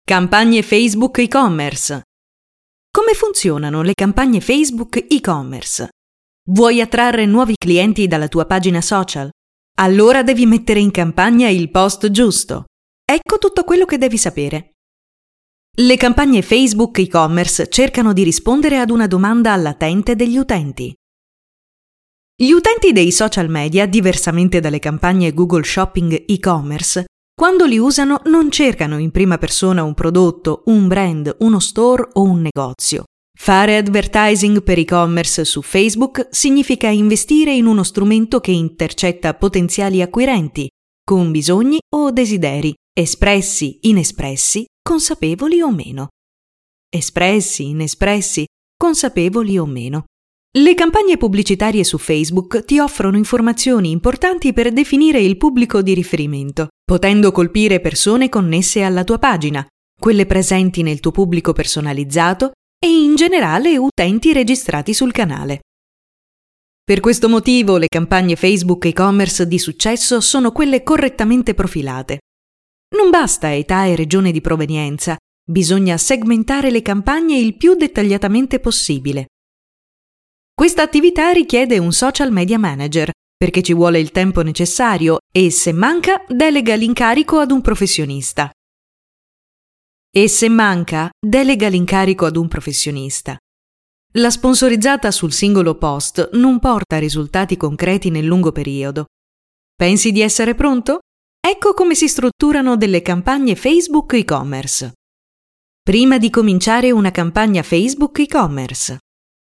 Campagne Facebook e-commerce. Come funzionano le campagne Facebook e-commerce? Vuoi attrarre nuovi clienti dalla tua pagina social? Allora devi mettere in campagna il post giusto. Ecco tutto quello che devi sapere. Le campagne Facebook e-commerce cercano di rispondere ad una domanda latente degli utenti. Gli utenti dei social media, diversamente dalle campagne Google Shopping e-commerce, quando li usano non cercano in prima persona un prodotto, un brand, uno store o un negozio. Fare advertising per e-commerce su Facebook significa investire in uno strumento che intercetta potenziali acquirenti, con bisogni o desideri, espressi, inespressi, consapevoli o meno. Espressi, inespressi, consapevoli o meno. Le campagne pubblicitarie su Facebook ti offrono informazioni importanti per definire il pubblico di riferimento, potendo colpire persone connesse alla tua pagina, quelle presenti nel tuo pubblico personalizzato e in generale utenti registrati sul canale. Per questo motivo le campagne Facebook e-commerce di successo sono quelle correttamente profilate. Non basta età e regione di provenienza, bisogna segmentare le campagne il più dettagliatamente possibile. Questa attività richiede un social media manager, perché ci vuole il tempo necessario e, se manca, delega l'incarico ad un professionista. La sponsorizzata sul singolo post non porta risultati concreti nel lungo periodo. Pensi di essere pronto? Ecco come si strutturano delle campagne Facebook e-commerce. Prima di cominciare una campagna Facebook e-commerce.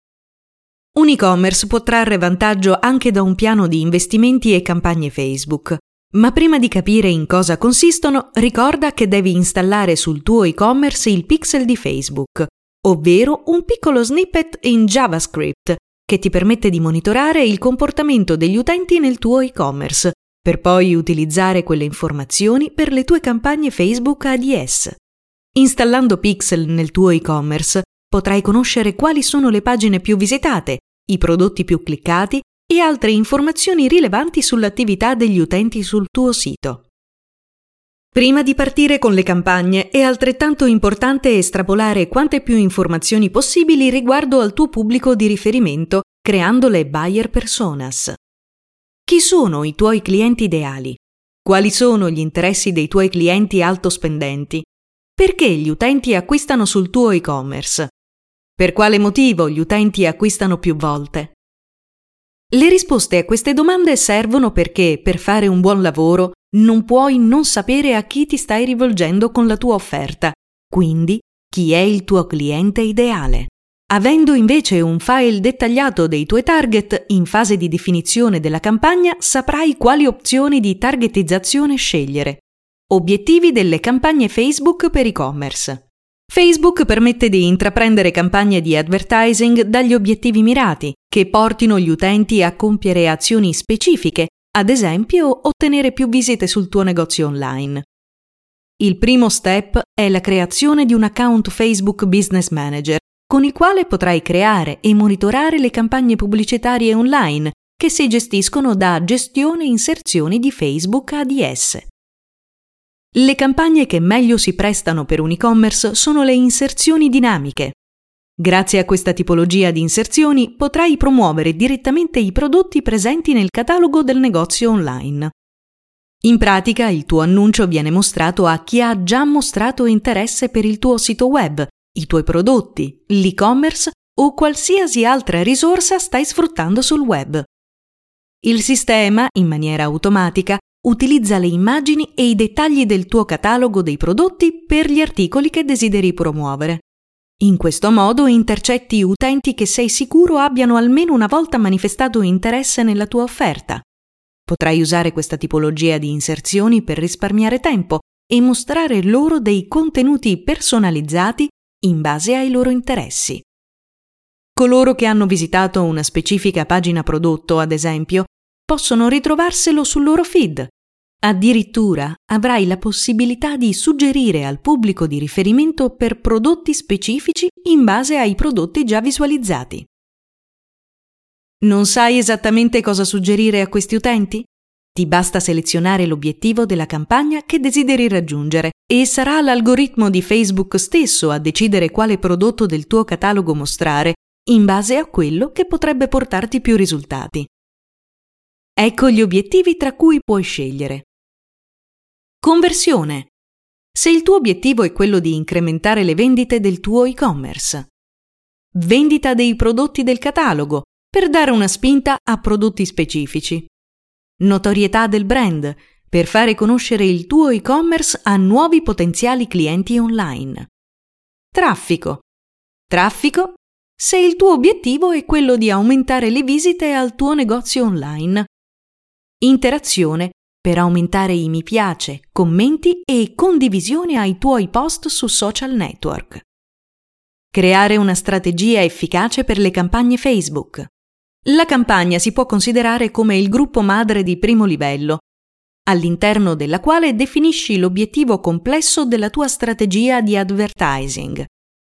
Un e-commerce può trarre vantaggio anche da un piano di investimenti e campagne Facebook, ma prima di capire in cosa consistono, ricorda che devi installare sul tuo e-commerce il pixel di Facebook, ovvero un piccolo snippet in JavaScript che ti permette di monitorare il comportamento degli utenti nel tuo e-commerce, per poi utilizzare quelle informazioni per le tue campagne Facebook ADS. Installando Pixel nel tuo e-commerce, potrai conoscere quali sono le pagine più visitate, i prodotti più cliccati e altre informazioni rilevanti sull'attività degli utenti sul tuo sito. Prima di partire con le campagne è altrettanto importante estrapolare quante più informazioni possibili riguardo al tuo pubblico di riferimento, creando le buyer personas. Chi sono i tuoi clienti ideali? Quali sono gli interessi dei tuoi clienti alto spendenti? Perché gli utenti acquistano sul tuo e-commerce? Per quale motivo gli utenti acquistano più volte? Le risposte a queste domande servono perché, per fare un buon lavoro, non puoi non sapere a chi ti stai rivolgendo con la tua offerta, quindi chi è il tuo cliente ideale. Avendo invece un file dettagliato dei tuoi target in fase di definizione della campagna, saprai quali opzioni di targetizzazione scegliere. Obiettivi delle campagne Facebook per e-commerce. Facebook permette di intraprendere campagne di advertising dagli obiettivi mirati, che portino gli utenti a compiere azioni specifiche, ad esempio ottenere più visite sul tuo negozio online. Il primo step è la creazione di un account Facebook Business Manager, con il quale potrai creare e monitorare le campagne pubblicitarie online che si gestiscono da gestione e inserzioni di Facebook ADS. Le campagne che meglio si prestano per un e-commerce sono le inserzioni dinamiche. Grazie a questa tipologia di inserzioni potrai promuovere direttamente i prodotti presenti nel catalogo del negozio online. In pratica, il tuo annuncio viene mostrato a chi ha già mostrato interesse per il tuo sito web, i tuoi prodotti, l'e-commerce o qualsiasi altra risorsa stai sfruttando sul web. Il sistema, in maniera automatica, utilizza le immagini e i dettagli del tuo catalogo dei prodotti per gli articoli che desideri promuovere. In questo modo intercetti utenti che sei sicuro abbiano almeno una volta manifestato interesse nella tua offerta. Potrai usare questa tipologia di inserzioni per risparmiare tempo e mostrare loro dei contenuti personalizzati in base ai loro interessi. Coloro che hanno visitato una specifica pagina prodotto, ad esempio, possono ritrovarselo sul loro feed. Addirittura avrai la possibilità di suggerire al pubblico di riferimento per prodotti specifici in base ai prodotti già visualizzati. Non sai esattamente cosa suggerire a questi utenti? Ti basta selezionare l'obiettivo della campagna che desideri raggiungere e sarà l'algoritmo di Facebook stesso a decidere quale prodotto del tuo catalogo mostrare in base a quello che potrebbe portarti più risultati. Ecco gli obiettivi tra cui puoi scegliere. Conversione. Se il tuo obiettivo è quello di incrementare le vendite del tuo e-commerce. Vendita dei prodotti del catalogo per dare una spinta a prodotti specifici. Notorietà del brand per fare conoscere il tuo e-commerce a nuovi potenziali clienti online. Traffico. Traffico se il tuo obiettivo è quello di aumentare le visite al tuo negozio online. Interazione per aumentare i mi piace, commenti e condivisioni ai tuoi post su social network. Creare una strategia efficace per le campagne Facebook. La campagna si può considerare come il gruppo madre di primo livello, all'interno della quale definisci l'obiettivo complesso della tua strategia di advertising.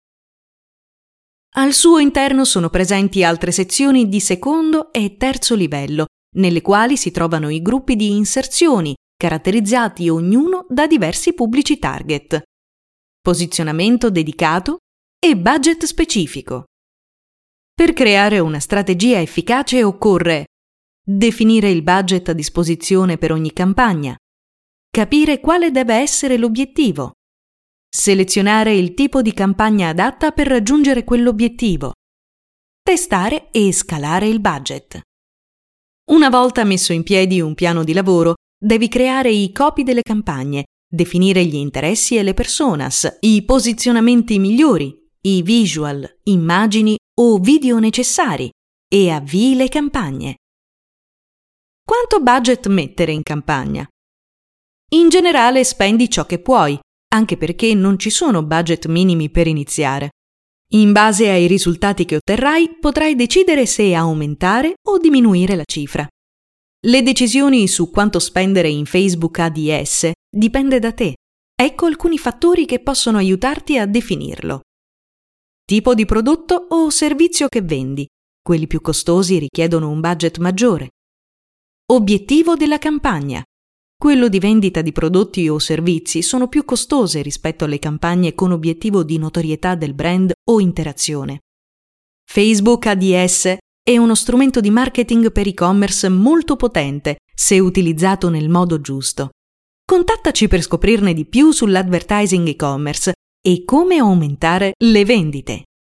Al suo interno sono presenti altre sezioni di secondo e terzo livello, nelle quali si trovano i gruppi di inserzioni, caratterizzati ognuno da diversi pubblici target, posizionamento dedicato e budget specifico. Per creare una strategia efficace occorre definire il budget a disposizione per ogni campagna, capire quale deve essere l'obiettivo, selezionare il tipo di campagna adatta per raggiungere quell'obiettivo, testare e scalare il budget. Una volta messo in piedi un piano di lavoro, devi creare i copy delle campagne, definire gli interessi e le personas, i posizionamenti migliori, i visual, immagini o video necessari e avvii le campagne. Quanto budget mettere in campagna? In generale spendi ciò che puoi, anche perché non ci sono budget minimi per iniziare. In base ai risultati che otterrai, potrai decidere se aumentare o diminuire la cifra. Le decisioni su quanto spendere in Facebook Ads dipende da te. Ecco alcuni fattori che possono aiutarti a definirlo. Tipo di prodotto o servizio che vendi. Quelli più costosi richiedono un budget maggiore. Obiettivo della campagna. Quello di vendita di prodotti o servizi sono più costose rispetto alle campagne con obiettivo di notorietà del brand o interazione. Facebook Ads è uno strumento di marketing per e-commerce molto potente se utilizzato nel modo giusto. Contattaci per scoprirne di più sull'advertising e-commerce e come aumentare le vendite.